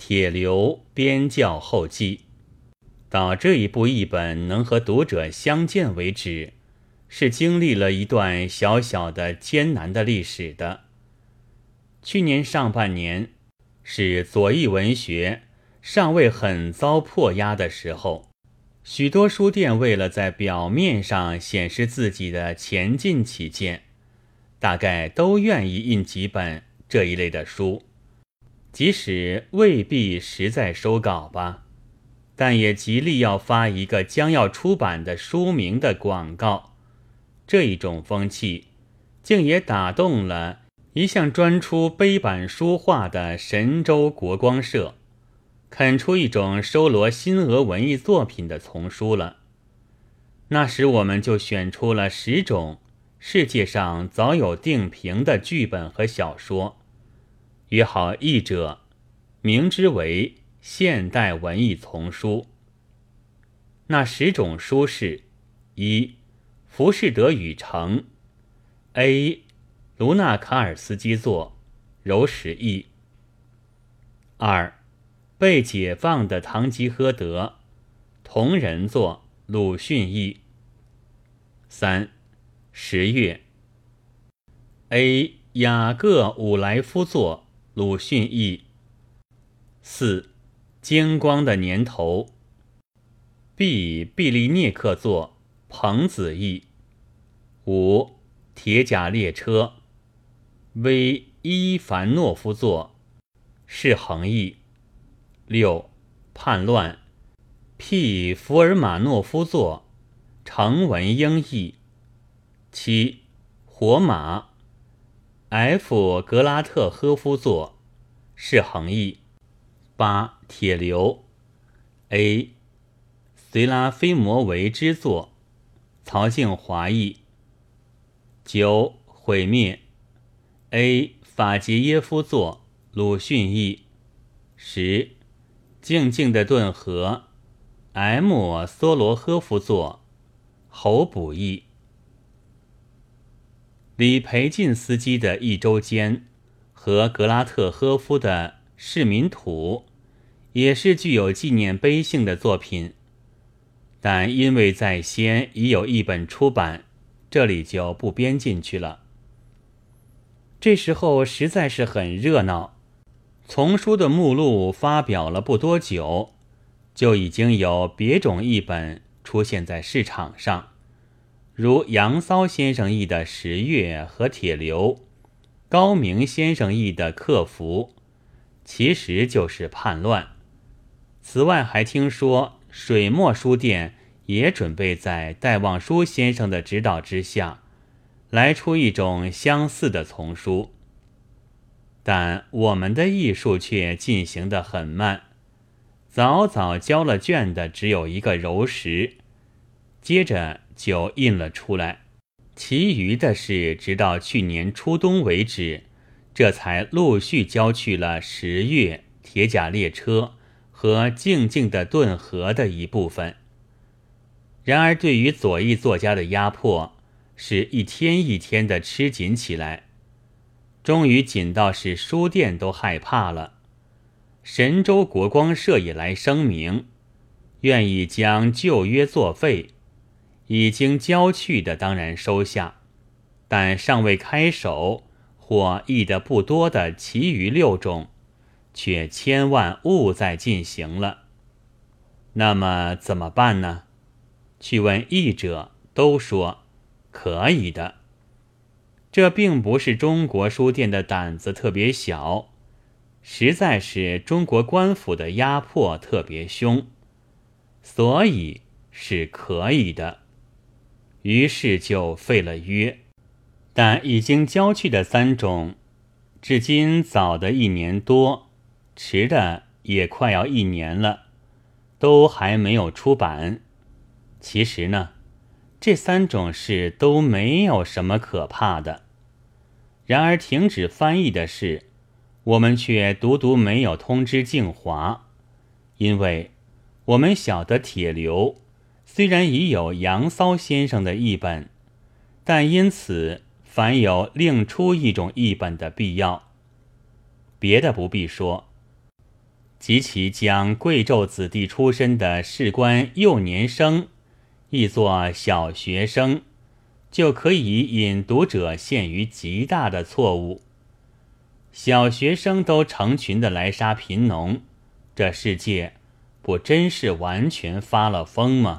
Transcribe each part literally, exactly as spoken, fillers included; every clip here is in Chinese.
铁流编校后记，到这一部译本能和读者相见为止，是经历了一段小小的艰难的历史的。去年上半年是左翼文学尚未很遭迫压的时候，许多书店为了在表面上显示自己的前进起见，大概都愿意印几本这一类的书，即使未必实在收稿吧，但也极力要发一个将要出版的书名的广告。这一种风气竟也打动了一向专出碑版书画的神州国光社，肯出一种收罗新俄文艺作品的丛书了。那时我们就选出了十种世界上早有定评的剧本和小说，约好译者，名之为现代文艺丛书。那十种书是：一、浮士德与城 A. 卢纳卡尔斯基作，柔石译。二、被解放的堂吉诃德，同人作，鲁迅译。三、十月 A. 雅各伍莱夫作，鲁迅译。四、惊光的年头 B. 毕利涅克作，彭子译。五、铁甲列车 V. 伊凡诺夫作，释恒译。六、叛乱 P. 福尔马诺夫作，程文英译。七、火马 F. 格拉特呵夫作，释恒译。八、铁流 A. 随拉菲摩维之作，曹静华译。九、毁灭 A. 法杰耶夫作，鲁迅译。十、静静的顿河 M. 梭罗呵夫作，侯补译。李培进斯基的《一周间》和格拉特呵夫的《市民图》也是具有纪念碑性的作品，但因为在先已有一本出版，这里就不编进去了。这时候实在是很热闹，丛书的目录发表了不多久，就已经有别种译本出现在市场上，如杨骚先生译的《十月》和《铁流》，高明先生译的《克服》，其实就是叛乱。此外还听说水墨书店也准备在戴望舒先生的指导之下来出一种相似的丛书，但我们的艺术却进行得很慢，早早交了卷的只有一个柔石，接着就印了出来，其余的是直到去年初冬为止，这才陆续交去了十月、铁甲列车和静静的顿河的一部分。然而对于左翼作家的压迫是一天一天的吃紧起来，终于紧到使书店都害怕了。神州国光社也来声明，愿意将旧约作废，已经交去的当然收下，但尚未开手或译得不多的其余六种，却千万勿再进行了。那么怎么办呢？去问译者，都说可以的。这并不是中国书店的胆子特别小，实在是中国官府的压迫特别凶，所以是可以的。于是就废了约，但已经交去的三种，至今早的一年多，迟的也快要一年了，都还没有出版。其实呢，这三种事都没有什么可怕的。然而停止翻译的事，我们却独独没有通知静华，因为我们晓得铁流虽然已有杨骚先生的译本，但因此凡有另出一种译本的必要。别的不必说， 及其将贵胄子弟出身的士官幼年生译作小学生，就可以引读者陷于极大的错误。小学生都成群的来杀贫农，这世界不真是完全发了疯吗？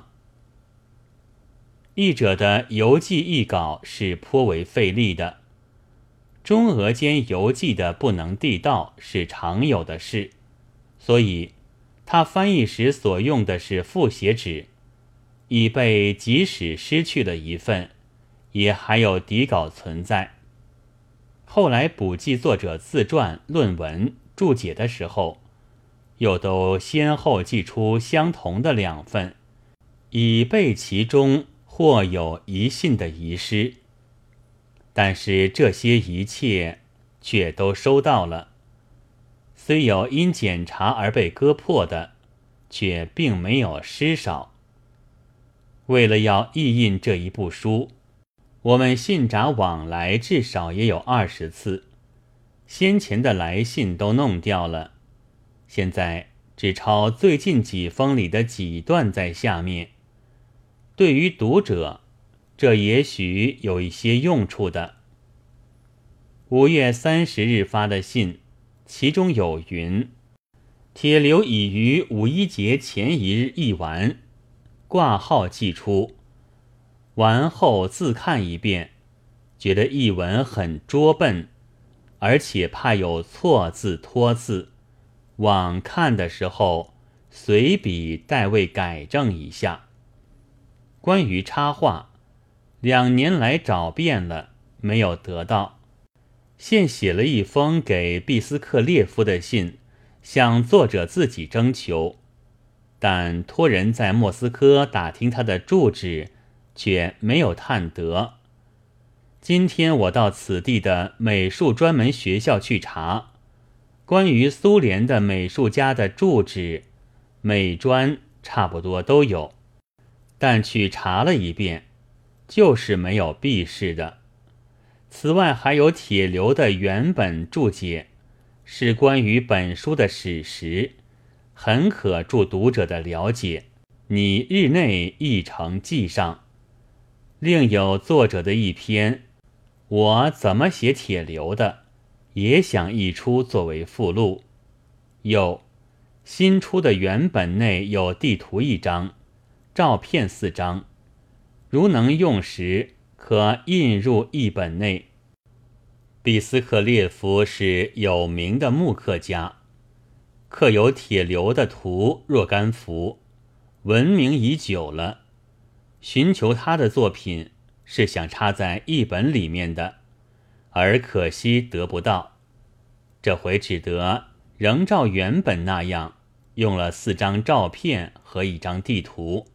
译者的游记译稿是颇为费力的，中俄间游记的不能地道是常有的事，所以他翻译时所用的是复写纸，以备即使失去了一份，也还有底稿存在。后来补记作者自传、论文、注解的时候，又都先后寄出相同的两份，以备其中或有一信的遗失。但是这些一切却都收到了，虽有因检查而被割破的，却并没有失少。为了要译印这一部书，我们信札往来至少也有二十次，先前的来信都弄掉了，现在只抄最近几封里的几段在下面。对于读者，这也许有一些用处的。五月三十日发的信，其中有云：铁流已于五一节前一日译完，挂号寄出。完后自看一遍，觉得译文很拙笨，而且怕有错字脱字，往看的时候随笔代为改正一下。关于插画，两年来找遍了，没有得到。现写了一封给毕斯克列夫的信，向作者自己征求，但托人在莫斯科打听他的住址，却没有探得。今天我到此地的美术专门学校去查，关于苏联的美术家的住址、美专差不多都有，但去查了一遍，就是没有毕氏的。此外还有铁流的原本注解，是关于本书的史实，很可助读者的了解，你日内译成记上。另有作者的一篇我怎么写铁流的，也想译出作为附录。有新出的原本内有地图一张，照片四张，如能用时可印入一本内。毕斯克列夫是有名的木刻家，刻有铁流的图若干幅，闻名已久了。寻求他的作品是想插在一本里面的，而可惜得不到。这回只得仍照原本那样，用了四张照片和一张地图。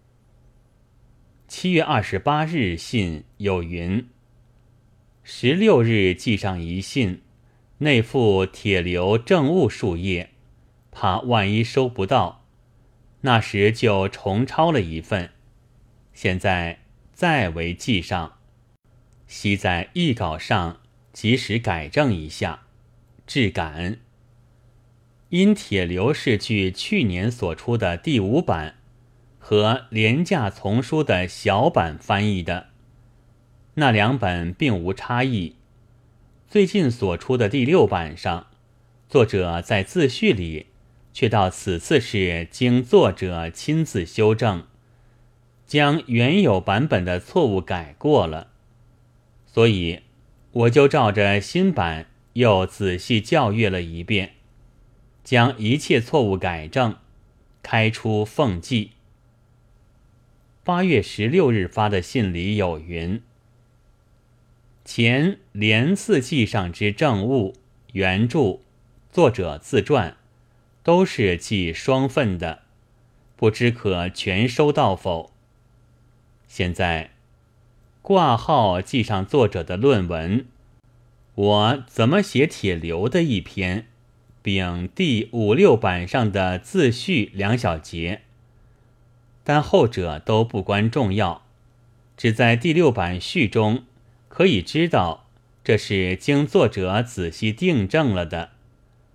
七月二十八日信有云：十六日寄上一信，内附铁流政务数页，怕万一收不到，那时就重抄了一份，现在再为寄上，悉在译稿上及时改正一下，致感。因铁流是据去年所出的第五版和廉价丛书的小版翻译的，那两本并无差异。最近所出的第六版上，作者在自序里却到此次是经作者亲自修正，将原有版本的错误改过了，所以我就照着新版又仔细校阅了一遍，将一切错误改正，开出奉记。八月十六日发的信里有云：前连四记上之政务、原著、作者自传都是记双份的，不知可全收到否？现在挂号记上作者的论文，我怎么写铁流的一篇，并第五六版上的自序两小节，但后者都不关重要，只在第六版序中可以知道这是经作者仔细订正了的。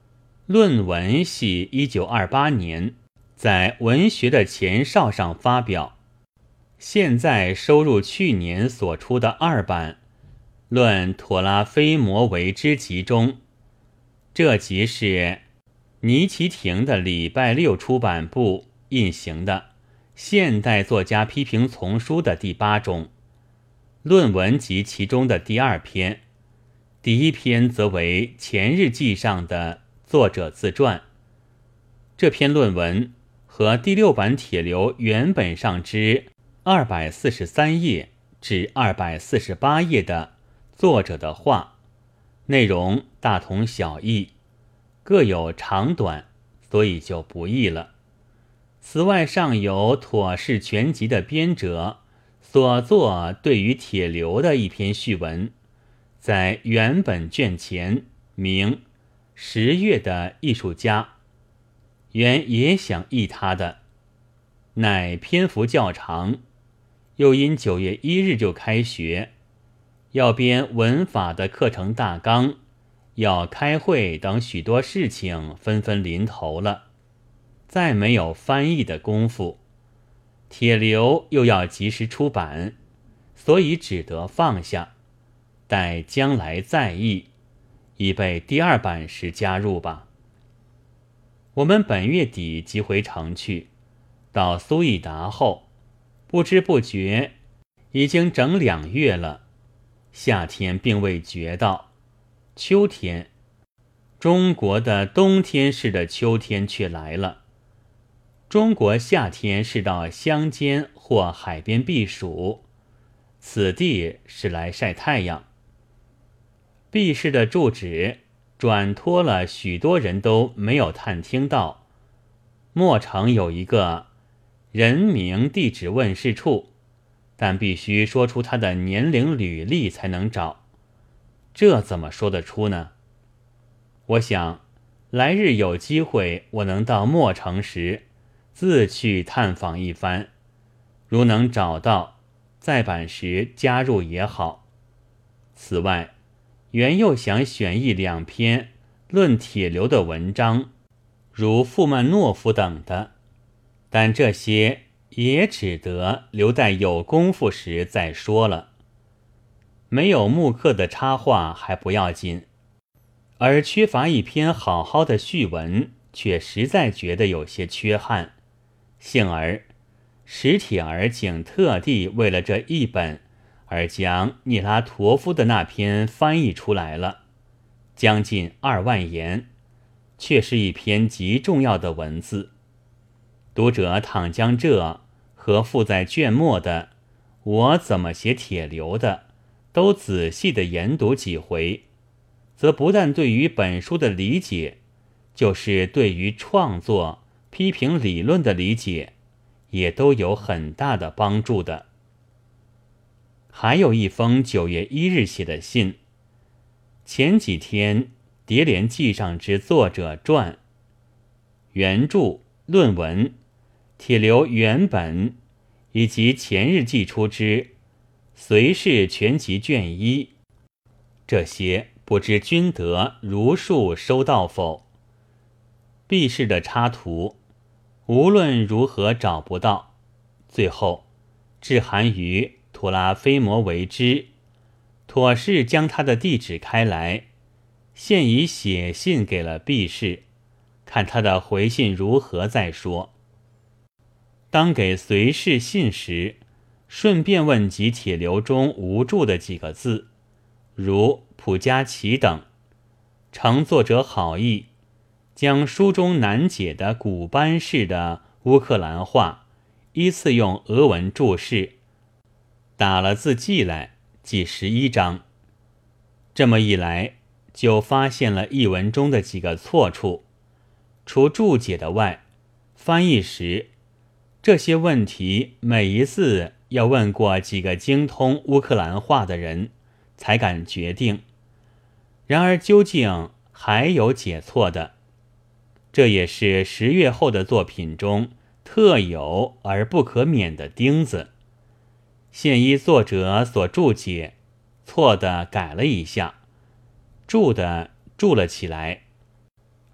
论文系一九二八年在文学的前哨上发表，现在收入去年所出的二版《论妥拉菲摩维之集》中，这集是尼奇廷的礼拜六出版部印行的现代作家批评丛书的第八种，论文集其中的第二篇，第一篇则为前日记上的作者自传。这篇论文和第六版铁流原本上之二百四十三页至二百四十八页的作者的话，内容大同小异，各有长短，所以就不译了。此外，尚有妥氏全集的编者所作对于铁流的一篇序文，在原本卷前名十月的艺术家，原也想译他的，乃篇幅较长，又因九月一日就开学，要编文法的课程大纲，要开会等许多事情纷纷临头了，再没有翻译的功夫，铁流又要及时出版，所以只得放下，待将来再译，以备第二版时加入吧。我们本月底即回城去，到苏益达后，不知不觉已经整两月了。夏天并未觉到，秋天，中国的冬天式的秋天却来了。中国夏天是到乡间或海边避暑，此地是来晒太阳。毕氏的住址转托了许多人都没有探听到，莫城有一个人名地址问事处，但必须说出他的年龄履历才能找，这怎么说得出呢？我想来日有机会我能到莫城时自去探访一番，如能找到，再版时加入也好。此外，原又想选一两篇论铁流的文章，如富曼诺夫等的，但这些也只得留待有功夫时再说了。没有木刻的插画还不要紧，而缺乏一篇好好的序文，却实在觉得有些缺憾。幸而史铁儿竟特地为了这一本而将涅拉陀夫的那篇翻译出来了，将近二万言，却是一篇极重要的文字。读者倘将这和附在卷末的我怎么写铁流的都仔细地研读几回，则不但对于本书的理解，就是对于创作批评理论的理解也都有很大的帮助的。还有一封九月一日写的信，前几天蝶联记上之作者传、原著、论文、铁流原本以及前日寄出之随氏全集卷一，这些不知君得如数收到否？毕氏的插图无论如何找不到，最后致函于妥拉菲摩维之，妥氏将他的地址开来，现已写信给了毕氏，看他的回信如何再说。当给随氏信时，顺便问及铁流中无注的几个字，如普加奇等，承作者好意，将书中难解的古班式的乌克兰话依次用俄文注释，打了字寄来，记十一章。这么一来，就发现了译文中的几个错处，除注解的外，翻译时这些问题每一字要问过几个精通乌克兰话的人才敢决定。然而究竟还有解错的，这也是十月后的作品中特有而不可免的钉子。现依作者所注解，错的改了一下，注的注了起来。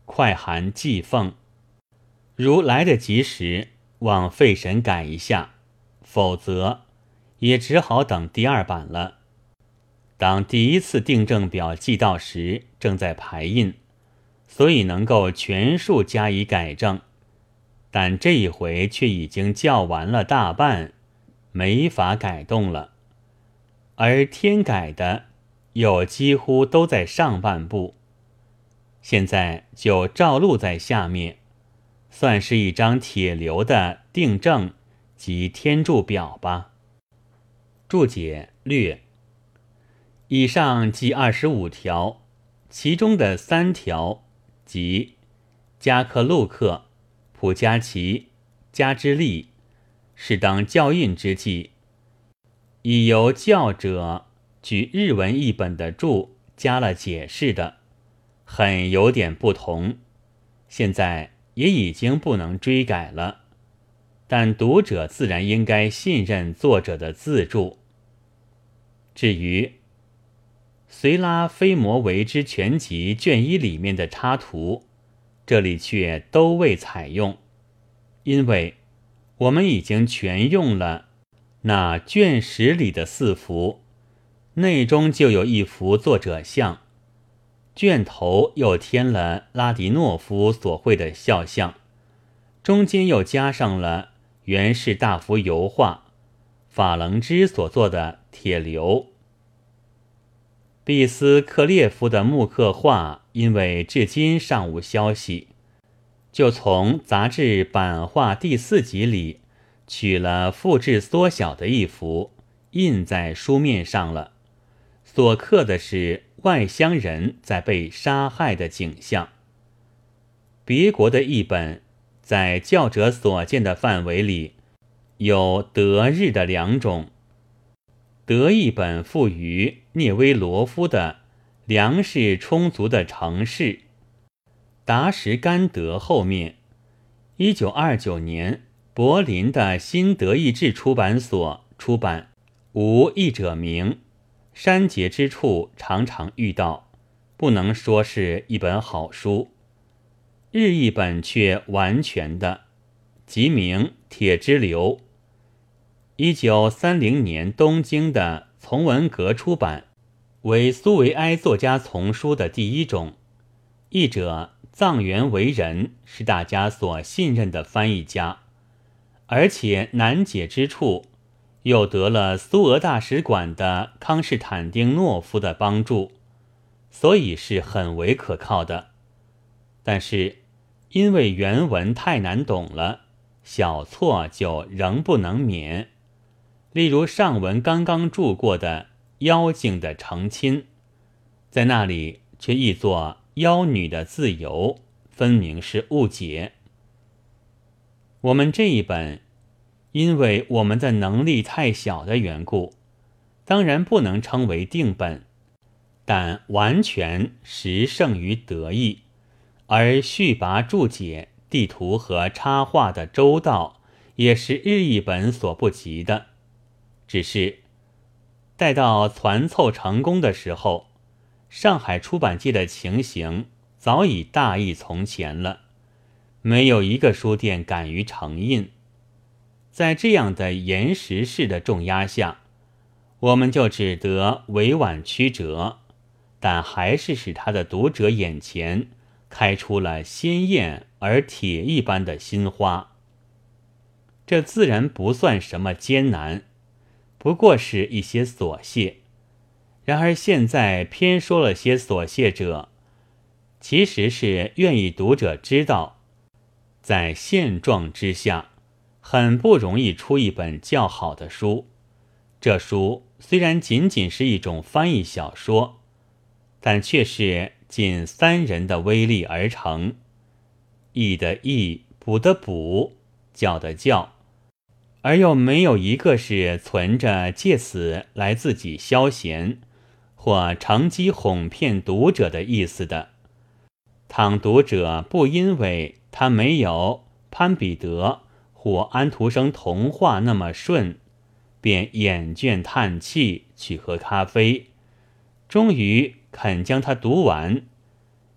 快函寄奉。如来得及时，望费神改一下，否则也只好等第二版了。当第一次订正表寄到时，正在排印，所以能够全数加以改正，但这一回却已经校完了大半，没法改动了。而添改的又几乎都在上半部，现在就照录在下面，算是一张铁流的订正及添注表吧。注解略：以上即二十五条，其中的三条即加克陆克、普加奇、加之利，是当校印之际，已由校者举日文译本的注加了解释的，很有点不同，现在也已经不能追改了，但读者自然应该信任作者的自注。至于随拉飞摩为之全集卷一里面的插图，这里却都未采用，因为我们已经全用了那卷十里的四幅，内中就有一幅作者像，卷头又添了拉迪诺夫所绘的肖像，中间又加上了原氏大幅油画法棱之所做的铁流。毕斯克列夫的木刻画因为至今尚无消息，就从杂志版画第四集里取了复制缩小的一幅，印在书面上了，所刻的是外乡人在被杀害的景象。别国的译本在校者所见的范围里有德日的两种，德译本附于涅威罗夫的粮食充足的城市达什甘德后面，一九二九年柏林的新德意志出版所出版，无译者名，删节之处常常遇到，不能说是一本好书。日译本却完全的，即名铁之流，一九三零年东京的从文阁出版，为苏维埃作家丛书的第一种，译者藏原为人，是大家所信任的翻译家，而且难解之处又得了苏俄大使馆的康士坦丁诺夫的帮助，所以是很为可靠的。但是因为原文太难懂了，小错就仍不能免。例如上文刚刚注过的妖精的成亲，在那里却译作妖女的自由，分明是误解。我们这一本因为我们的能力太小的缘故，当然不能称为定本，但完全实胜于德译，而续跋注解、地图和插画的周到，也是日译本所不及的。只是待到攒凑成功的时候，上海出版界的情形早已大异从前了，没有一个书店敢于承印。在这样的严实式的重压下，我们就只得委婉曲折，但还是使他的读者眼前开出了鲜艳而铁一般的新花。这自然不算什么艰难，不过是一些琐屑。然而现在偏说了些琐屑者，其实是愿意读者知道，在现状之下很不容易出一本较好的书。这书虽然仅仅是一种翻译小说，但却是仅三人的威力而成，译的译，补的补，教的教，而又没有一个是存着借此来自己消闲或乘机哄骗读者的意思的。倘读者不因为他没有潘彼得或安徒生童话那么顺，便厌倦叹气去喝咖啡，终于肯将它读完，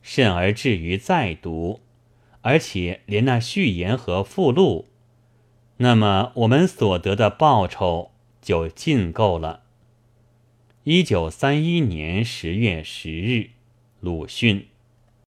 甚而至于再读，而且连那序言和附录，那么我们所得的报酬就尽够了。一九三一年十月十日，鲁迅。